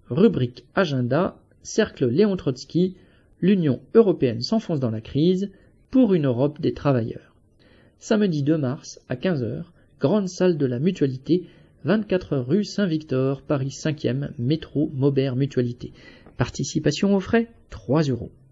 Rubrique Agenda, Cercle Léon Trotsky, l'Union européenne s'enfonce dans la crise, pour une Europe des travailleurs. Samedi 2 mars à 15 h, grande salle de la Mutualité, 24 rue Saint-Victor, Paris 5e, métro Maubert Mutualité. Participation aux frais, 3 €.